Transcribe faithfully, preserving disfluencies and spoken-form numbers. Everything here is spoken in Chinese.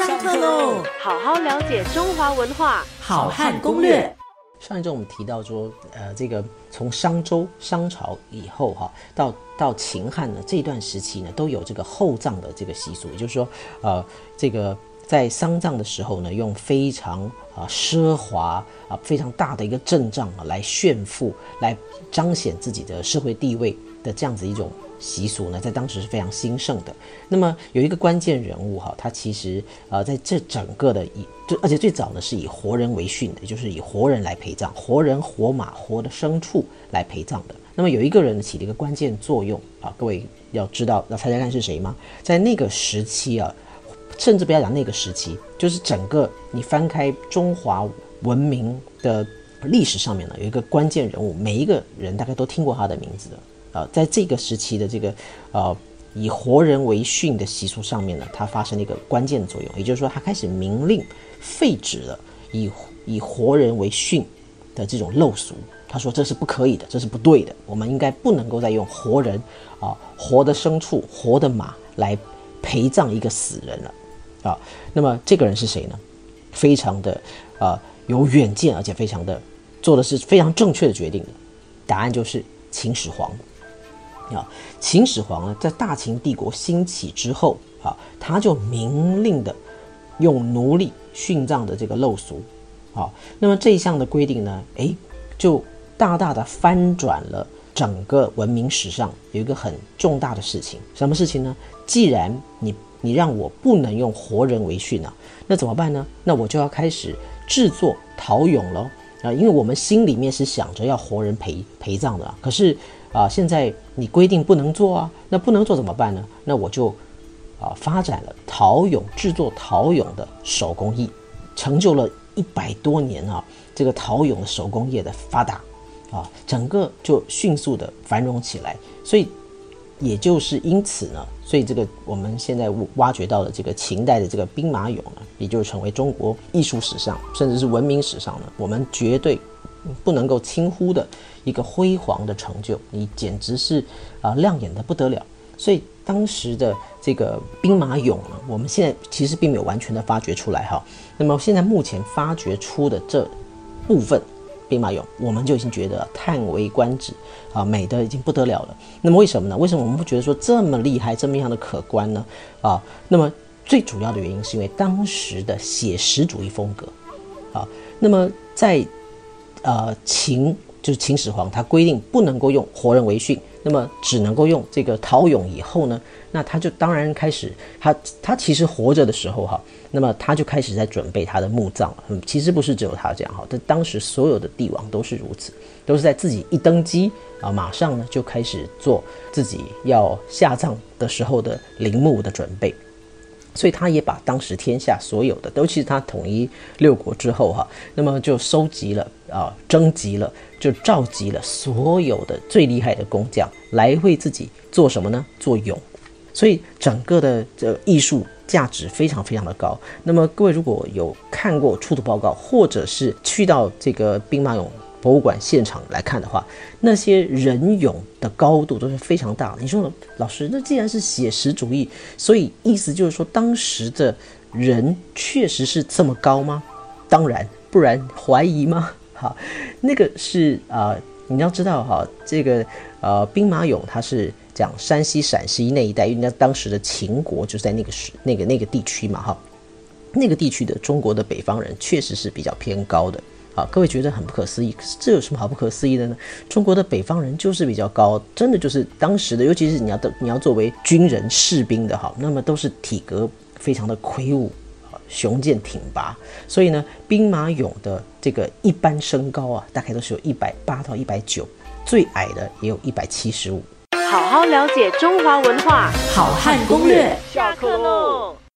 上课喽！ 好好了解中华文化， 好汉攻略。 上一周我们提到说，呃，这个从商周、商朝以后哈，到到秦汉呢这段时期呢，都有这个厚葬的这个习俗，也就是说，呃，这个在丧葬的时候呢，用非常啊、呃、奢华啊、呃、非常大的一个阵仗啊来炫富，来彰显自己的社会地位的这样子一种习俗呢，在当时是非常兴盛的。那么有一个关键人物哈，他其实呃在这整个的以，而且最早呢是以活人为训的，也就是以活人来陪葬，活人、活马、活的牲畜来陪葬的。那么有一个人起了一个关键作用啊，各位要知道，要猜猜看是谁吗？在那个时期啊，甚至不要讲那个时期，就是整个你翻开中华文明的历史上面呢，有一个关键人物，每一个人大概都听过他的名字的。呃，在这个时期的这个呃以活人为训的习俗上面呢，它发生了一个关键的作用，也就是说，它开始明令废止了以以活人为训的这种陋俗。他说这是不可以的，这是不对的，我们应该不能够再用活人啊、呃、活的牲畜、活的马来陪葬一个死人了啊。那么这个人是谁呢？非常的呃有远见，而且非常的做的是非常正确的决定的。答案就是秦始皇。啊，秦始皇呢，在大秦帝国兴起之后，啊，他就明令的用奴隶殉葬的这个陋俗，啊，那么这一项的规定呢，哎，就大大的翻转了整个文明史上有一个很重大的事情。什么事情呢？既然你你让我不能用活人为训啊，那怎么办呢？那我就要开始制作陶俑咯。啊，因为我们心里面是想着要活人陪陪葬的啊，可是啊，现在你规定不能做啊，那不能做怎么办呢？那我就啊发展了陶俑制作陶俑的手工艺，成就了一百多年啊，这个陶俑的手工业的发达啊，整个就迅速的繁荣起来。所以也就是因此呢，所以这个我们现在挖掘到的这个秦代的这个兵马俑呢，也就成为中国艺术史上甚至是文明史上呢，我们绝对不能够轻忽的一个辉煌的成就，你简直是啊、呃、亮眼的不得了。所以当时的这个兵马俑呢，我们现在其实并没有完全的发掘出来哈。那么现在目前发掘出的这部分兵马俑，我们就已经觉得叹为观止啊，美的已经不得了了。那么为什么呢？为什么我们不觉得说这么厉害，这么样的可观呢？啊，那么最主要的原因是因为当时的写实主义风格啊。那么在呃秦就是秦始皇，他规定不能够用活人为训，那么只能够用这个陶俑以后呢，那他就当然开始他他其实活着的时候哈。那么他就开始在准备他的墓葬了、嗯、其实不是只有他这样哈，但当时所有的帝王都是如此，都是在自己一登基啊，马上呢就开始做自己要下葬的时候的陵墓的准备。所以他也把当时天下所有的，尤其是他统一六国之后哈，那么就收集了啊，征集了，就召集了所有的最厉害的工匠来为自己做什么呢？做俑。所以整个的这个艺术价值非常非常的高。那么各位如果有看过出土报告，或者是去到这个兵马俑博物馆现场来看的话，那些人俑的高度都是非常大的。你说老师，那既然是写实主义，所以意思就是说当时的人确实是这么高吗？当然，不然怀疑吗？好，那个是啊、呃，你要知道哈，这个呃兵马俑它是讲山西、陕西那一带，因为当时的秦国就在那个时那个那个地区嘛哈，那个地区的中国的北方人确实是比较偏高的啊。各位觉得很不可思议，可是这有什么好不可思议的呢？中国的北方人就是比较高，真的就是当时的，尤其是你要你要作为军人士兵的哈，那么都是体格非常的魁梧。雄健挺拔，所以呢，兵马俑的这个一般身高啊，大概都是有一百八到一百九，最矮的也有一百七十五。 好好了解中华文化， 好汉攻略。 下课喽！